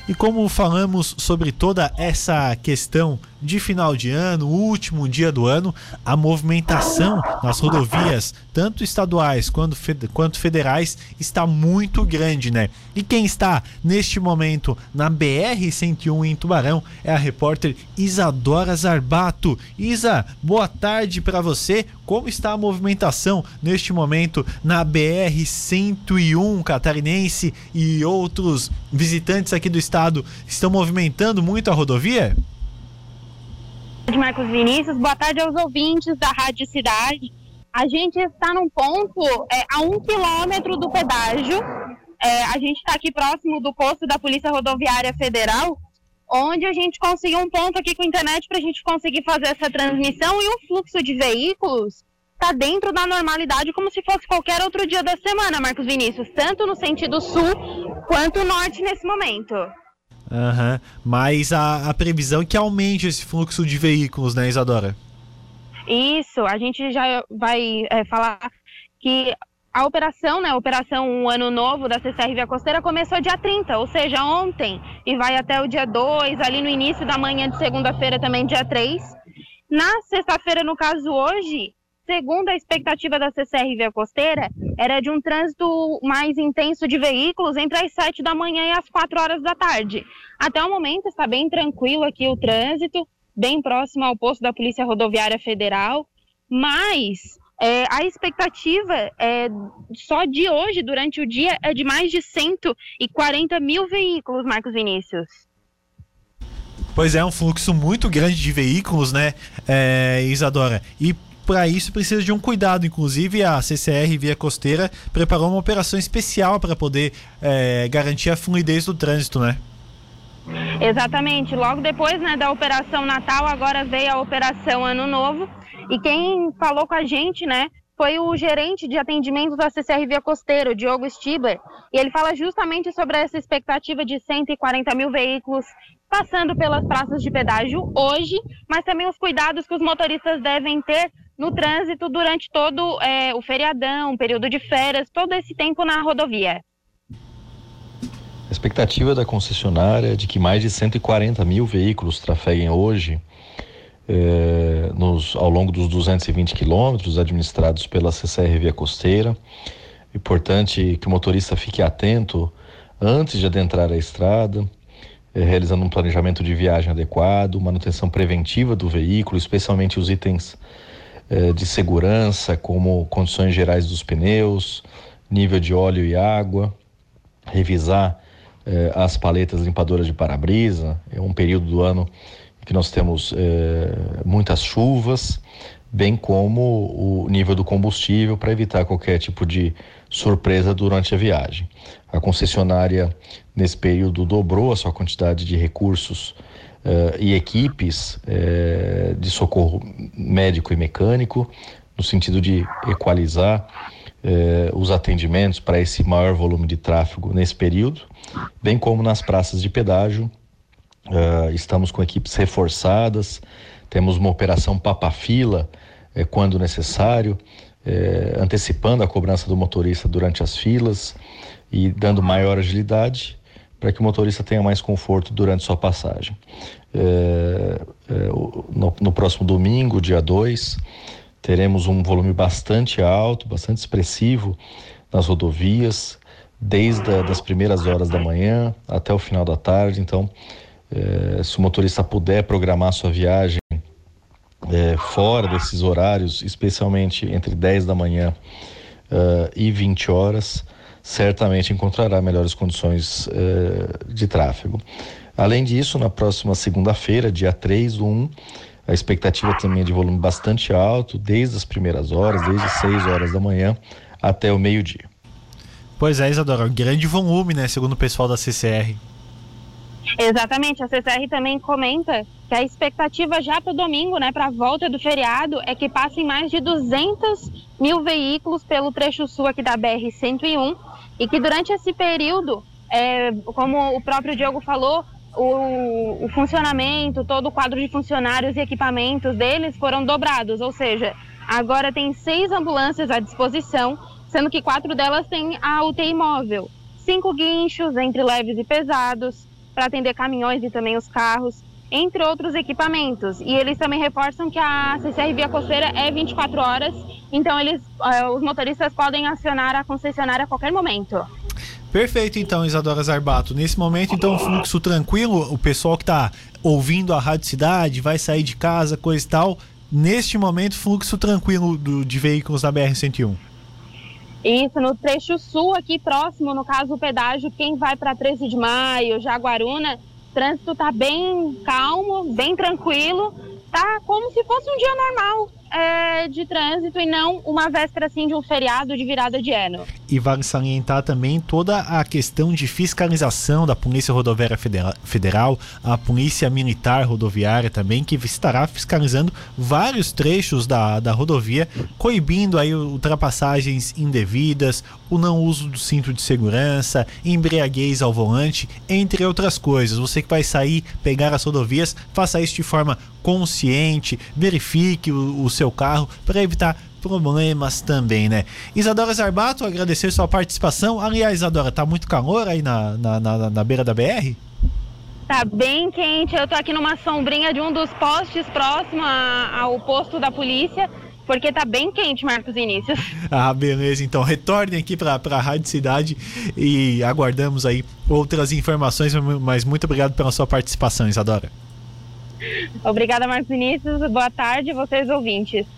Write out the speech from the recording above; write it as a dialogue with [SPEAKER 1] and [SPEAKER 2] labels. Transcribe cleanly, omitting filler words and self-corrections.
[SPEAKER 1] E como falamos sobre toda essa questão de final de ano, último dia do ano, a movimentação nas rodovias, tanto estaduais quanto federais, está muito grande, né? E quem está neste momento na BR-101 em Tubarão é a repórter Isadora Zarbato. Isa, boa tarde para você. Como está a movimentação neste momento na BR-101 catarinense e outros visitantes aqui do estado estão movimentando muito a rodovia?
[SPEAKER 2] Marcos Vinícius, boa tarde aos ouvintes da Rádio Cidade. A gente está num ponto a 1 quilômetro do pedágio. A gente está aqui próximo do posto da Polícia Rodoviária Federal, onde a gente conseguiu um ponto aqui com a internet para a gente conseguir fazer essa transmissão, e o fluxo de veículos está dentro da normalidade, como se fosse qualquer outro dia da semana, Marcos Vinícius, tanto no sentido sul quanto norte nesse momento.
[SPEAKER 1] Mas a previsão é que aumente esse fluxo de veículos, né, Isadora?
[SPEAKER 2] Isso, a gente já vai falar que a operação, né, a Operação Ano Novo da CCR Via Costeira começou dia 30, ou seja, ontem, e vai até o dia 2, ali no início da manhã de segunda-feira também, dia 3. Na sexta-feira, no caso hoje, segundo a expectativa da CCR Via Costeira, era de um trânsito mais intenso de veículos entre as 7 da manhã e as 4 horas da tarde. Até o momento está bem tranquilo aqui o trânsito, bem próximo ao posto da Polícia Rodoviária Federal, mas a expectativa só de hoje, durante o dia, é de mais de 140 mil veículos, Marcos Vinícius.
[SPEAKER 1] Pois é, um fluxo muito grande de veículos, né, Isadora? E para isso precisa de um cuidado, inclusive a CCR Via Costeira preparou uma operação especial para poder garantir a fluidez do trânsito, né?
[SPEAKER 2] Exatamente, logo depois, né, da Operação Natal, agora veio a Operação Ano Novo, e quem falou com a gente, né, foi o gerente de atendimento da CCR Via Costeira, o Diogo Stibler, e ele fala justamente sobre essa expectativa de 140 mil veículos passando pelas praças de pedágio hoje, mas também os cuidados que os motoristas devem ter no trânsito durante todo o feriadão, período de férias, todo esse tempo na rodovia.
[SPEAKER 3] A expectativa da concessionária é de que mais de 140 mil veículos trafeguem hoje ao longo dos 220 quilômetros administrados pela CCR Via Costeira. É importante que o motorista fique atento antes de adentrar a estrada, realizando um planejamento de viagem adequado, manutenção preventiva do veículo, especialmente os itens de segurança, como condições gerais dos pneus, nível de óleo e água, revisar as paletas limpadoras de para-brisa. É um período do ano que nós temos muitas chuvas, bem como o nível do combustível, para evitar qualquer tipo de surpresa durante a viagem. A concessionária, nesse período, dobrou a sua quantidade de recursos e equipes de socorro médico e mecânico, no sentido de equalizar os atendimentos para esse maior volume de tráfego nesse período, bem como nas praças de pedágio. Estamos com equipes reforçadas, temos uma operação papa-fila quando necessário, antecipando a cobrança do motorista durante as filas e dando maior agilidade para que o motorista tenha mais conforto durante sua passagem. No próximo domingo, dia 2, teremos um volume bastante alto, bastante expressivo nas rodovias, desde as primeiras horas da manhã até o final da tarde. Então, se o motorista puder programar sua viagem fora desses horários, especialmente entre 10 da manhã e 20 horas, certamente encontrará melhores condições de tráfego. Além disso, na próxima segunda-feira, dia 3/1, a expectativa também é de volume bastante alto, desde as primeiras horas, desde 6 horas da manhã até o meio-dia.
[SPEAKER 1] Pois é, Isadora, um grande volume, né, segundo o pessoal da CCR.
[SPEAKER 2] Exatamente, a CCR também comenta que a expectativa já para o domingo, né, para a volta do feriado, é que passem mais de 200 mil veículos pelo trecho sul aqui da BR-101, e que durante esse período, como o próprio Diogo falou, o funcionamento, todo o quadro de funcionários e equipamentos deles foram dobrados, ou seja, agora tem 6 ambulâncias à disposição, sendo que 4 delas têm a UTI móvel, 5 guinchos entre leves e pesados, para atender caminhões e também os carros, entre outros equipamentos. E eles também reforçam que a CCR Via Costeira é 24 horas, então os motoristas podem acionar a concessionária a qualquer momento.
[SPEAKER 1] Perfeito, então, Isadora Zarbato. Nesse momento, então, fluxo tranquilo, o pessoal que está ouvindo a Rádio Cidade, vai sair de casa, coisa e tal, neste momento, fluxo tranquilo de veículos na BR-101.
[SPEAKER 2] Isso, no trecho sul aqui próximo, no caso o pedágio, quem vai para 13 de Maio, Jaguaruna, o trânsito tá bem calmo, bem tranquilo, tá como se fosse um dia normal de trânsito e não uma véspera assim de um feriado de virada de ano.
[SPEAKER 1] E vale salientar também toda a questão de fiscalização da Polícia Rodoviária Federal, a Polícia Militar Rodoviária também, que estará fiscalizando vários trechos da rodovia, coibindo aí ultrapassagens indevidas, o não uso do cinto de segurança, embriaguez ao volante, entre outras coisas. Você que vai sair, pegar as rodovias, faça isso de forma consciente, verifique o seu carro para evitar problemas também, né? Isadora Zarbato, agradecer sua participação. Aliás, Isadora, tá muito calor aí na beira da BR?
[SPEAKER 2] Tá bem quente, eu tô aqui numa sombrinha de um dos postes próximo ao posto da polícia, porque tá bem quente, Marcos Vinícius.
[SPEAKER 1] Ah, beleza, então retornem aqui pra Rádio Cidade e aguardamos aí outras informações, mas muito obrigado pela sua participação, Isadora.
[SPEAKER 2] Obrigada, Marcos Vinícius, boa tarde, vocês ouvintes.